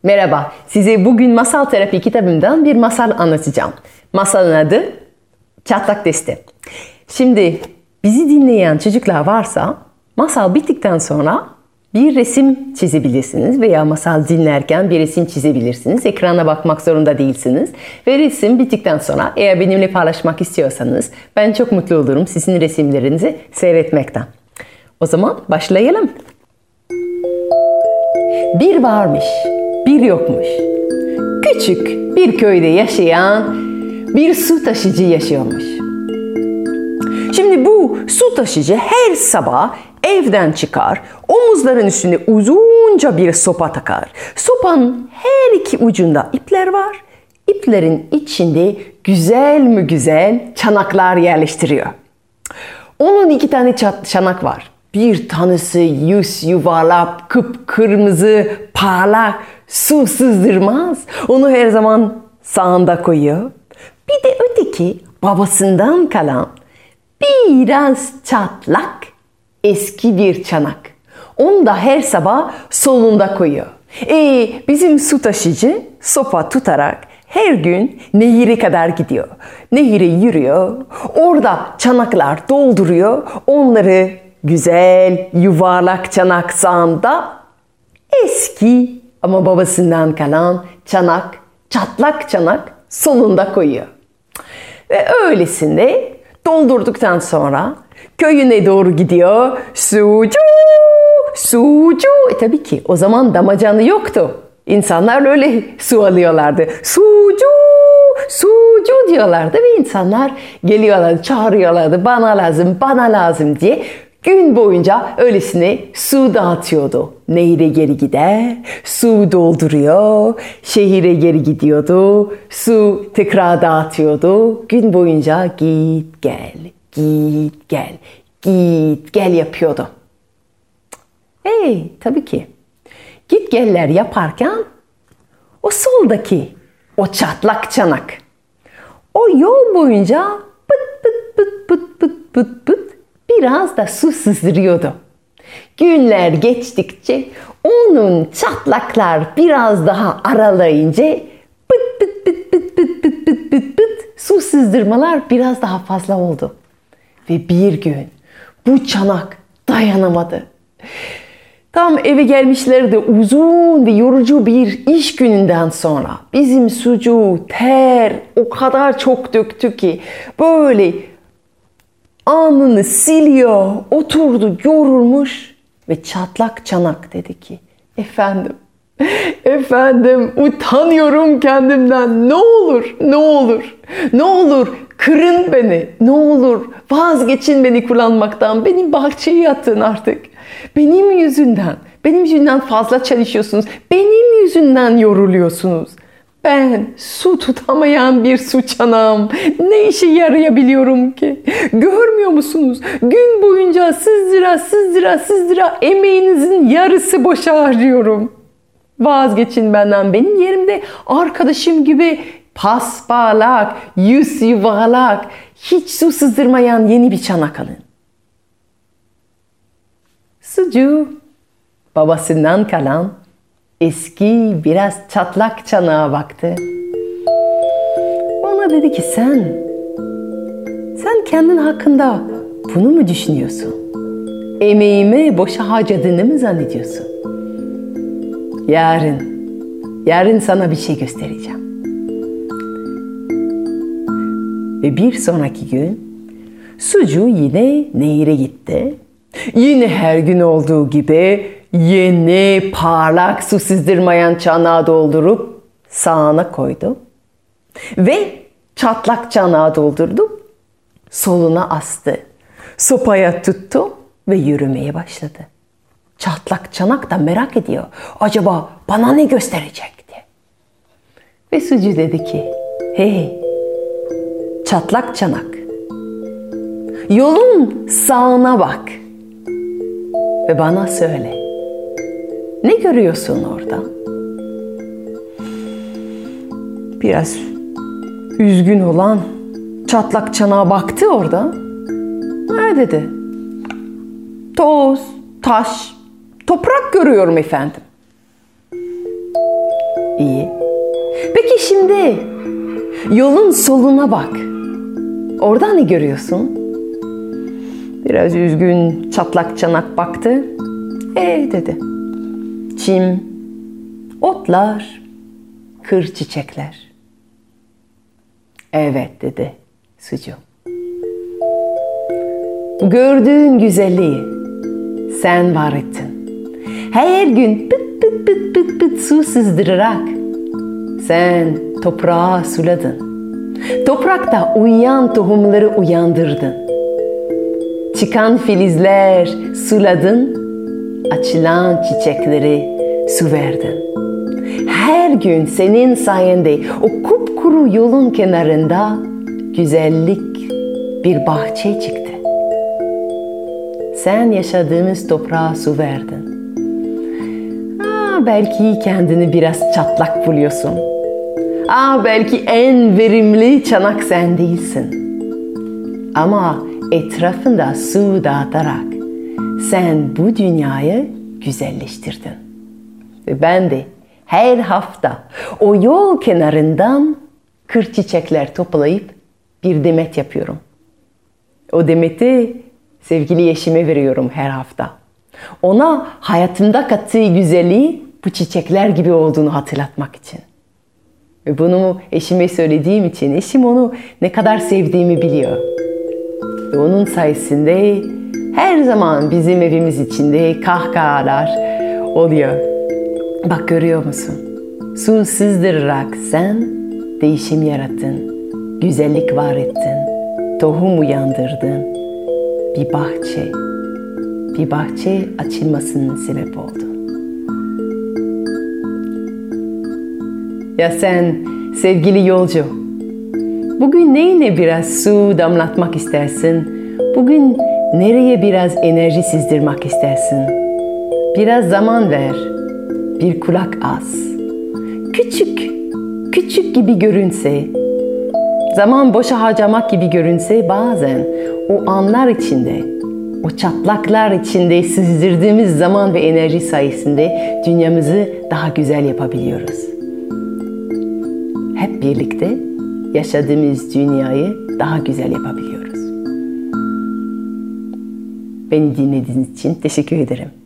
Merhaba, size bugün masal terapi kitabımdan bir masal anlatacağım. Masalın adı Çatlak Deste. Şimdi bizi dinleyen çocuklar varsa masal bittikten sonra bir resim çizebilirsiniz veya masal dinlerken bir resim çizebilirsiniz. Ekrana bakmak zorunda değilsiniz. Ve resim bittikten sonra eğer benimle paylaşmak istiyorsanız ben çok mutlu olurum sizin resimlerinizi seyretmekten. O zaman başlayalım. Bir varmış, bir yokmuş. Küçük bir köyde yaşayan bir su taşıcı yaşıyormuş. Şimdi bu su taşıcı her sabah evden çıkar, omuzların üstünde uzunca bir sopa takar. Sopanın her iki ucunda ipler var. İplerin içinde güzel mi güzel çanaklar yerleştiriyor. Onun iki tane çanak var. Bir tanesi yüz yuvarlak, kıpkırmızı, parlak, su sızdırmaz. Onu her zaman sağında koyuyor. Bir de öteki babasından kalan biraz çatlak eski bir çanak. Onu da her sabah solunda koyuyor. Bizim su taşıcı sopa tutarak her gün nehire kadar gidiyor. Nehire yürüyor. Orada çanaklar dolduruyor. Onları güzel yuvarlak çanak sağında eski ama babasından kalan çanak, çatlak çanak solunda koyuyor. Ve öylesine doldurduktan sonra köyüne doğru gidiyor. Sucu, sucu. Tabii ki o zaman damacana yoktu. İnsanlar öyle su alıyorlardı. Sucu, sucu diyorlardı ve insanlar geliyorlardı, çağırıyorlardı. Bana lazım, bana lazım diye. Gün boyunca öylesine su dağıtıyordu. Nehire geri gider, su dolduruyor, şehire geri gidiyordu, su tekrar dağıtıyordu. Gün boyunca git gel, git gel, git gel yapıyordu. Tabii ki git geller yaparken o soldaki o çatlak çanak o yol boyunca pıt pıt pıt pıt pıt pıt pıt biraz da su sızdırıyordu. Günler geçtikçe onun çatlaklar biraz daha aralayınca pıt pıt pıt pıt pıt pıt pıt pıt pıt su sızdırmalar biraz daha fazla oldu. Ve bir gün bu çanak dayanamadı. Tam eve gelmişlerdi uzun ve yorucu bir iş gününden sonra. Bizim sucu ter o kadar çok döktü ki böyle alnını siliyor, oturdu, yorulmuş ve çatlak çanak dedi ki, efendim utanıyorum kendimden, ne olur kırın beni, ne olur vazgeçin beni kullanmaktan, benim bahçeye atın artık. Benim yüzümden fazla çalışıyorsunuz, benim yüzümden yoruluyorsunuz. Ben su tutamayan bir su çanağım. Ne işe yarayabiliyorum ki? Görmüyor musunuz? Gün boyunca sızdıra emeğinizin yarısı boşa harcıyorum. Vazgeçin benden. Benim yerimde arkadaşım gibi paspalak, yüz yuvarlak, hiç su sızdırmayan yeni bir çanak alın. Sucu babasından kalan eski biraz çatlak çanağa baktı. Ona dedi ki sen kendin hakkında bunu mu düşünüyorsun? Emeğimi boşa harcadığını mı zannediyorsun? Yarın sana bir şey göstereceğim. Ve bir sonraki gün sucu yine nehire gitti. Yine her gün olduğu gibi yeni parlak su sızdırmayan çanağı doldurup sağına koydu. Ve çatlak çanağı doldurdu. Soluna astı. Sopaya tuttu ve yürümeye başladı. Çatlak çanak da merak ediyor. Acaba bana ne gösterecek diye. Ve sucu dedi ki, hey çatlak çanak, yolun sağına bak ve bana söyle. Ne görüyorsun orada? Biraz üzgün olan çatlak çanağa baktı orada. Ne dedi? Toz, taş, toprak görüyorum efendim. İyi. Peki şimdi yolun soluna bak. Orada ne görüyorsun? Biraz üzgün, çatlak çanak baktı. Dedi. Çim, otlar, kır çiçekler. Evet dedi sucu. Gördüğün güzelliği sen var ettin. Her gün pıt pıt pıt pıt pıt su sızdırarak sen toprağı suladın. Toprakta uyuyan tohumları uyandırdın. Çıkan filizler suladın, açılan çiçekleri su verdin. Her gün senin sayende o kupkuru yolun kenarında güzellik bir bahçe çıktı. Sen yaşadığımız toprağa su verdin. Belki kendini biraz çatlak buluyorsun. Belki en verimli çanak sen değilsin. Ama etrafında su dağıtarak sen bu dünyayı güzelleştirdin. Ve ben de her hafta o yol kenarından kır çiçekler toplayıp bir demet yapıyorum. O demeti sevgili eşime veriyorum her hafta. Ona hayatımda kattığı güzelliği bu çiçekler gibi olduğunu hatırlatmak için. Ve bunu eşime söylediğim için eşim onu ne kadar sevdiğimi biliyor. Ve onun sayesinde her zaman bizim evimiz içinde kahkahalar oluyor. Bak görüyor musun? Su sızdırarak sen değişim yarattın. Güzellik var ettin. Tohum uyandırdın. Bir bahçe açılmasının sebep oldu. Ya sen sevgili yolcu, bugün neyine biraz su damlatmak istersin? Bugün nereye biraz enerji sızdırmak istersin? Biraz zaman ver, bir kulak as. Küçük gibi görünse, zaman boşa harcamak gibi görünse bazen o anlar içinde, o çatlaklar içinde sızdırdığımız zaman ve enerji sayesinde dünyamızı daha güzel yapabiliyoruz. Hep birlikte yaşadığımız dünyayı daha güzel yapabiliyoruz. Beni dinlediğiniz için teşekkür ederim.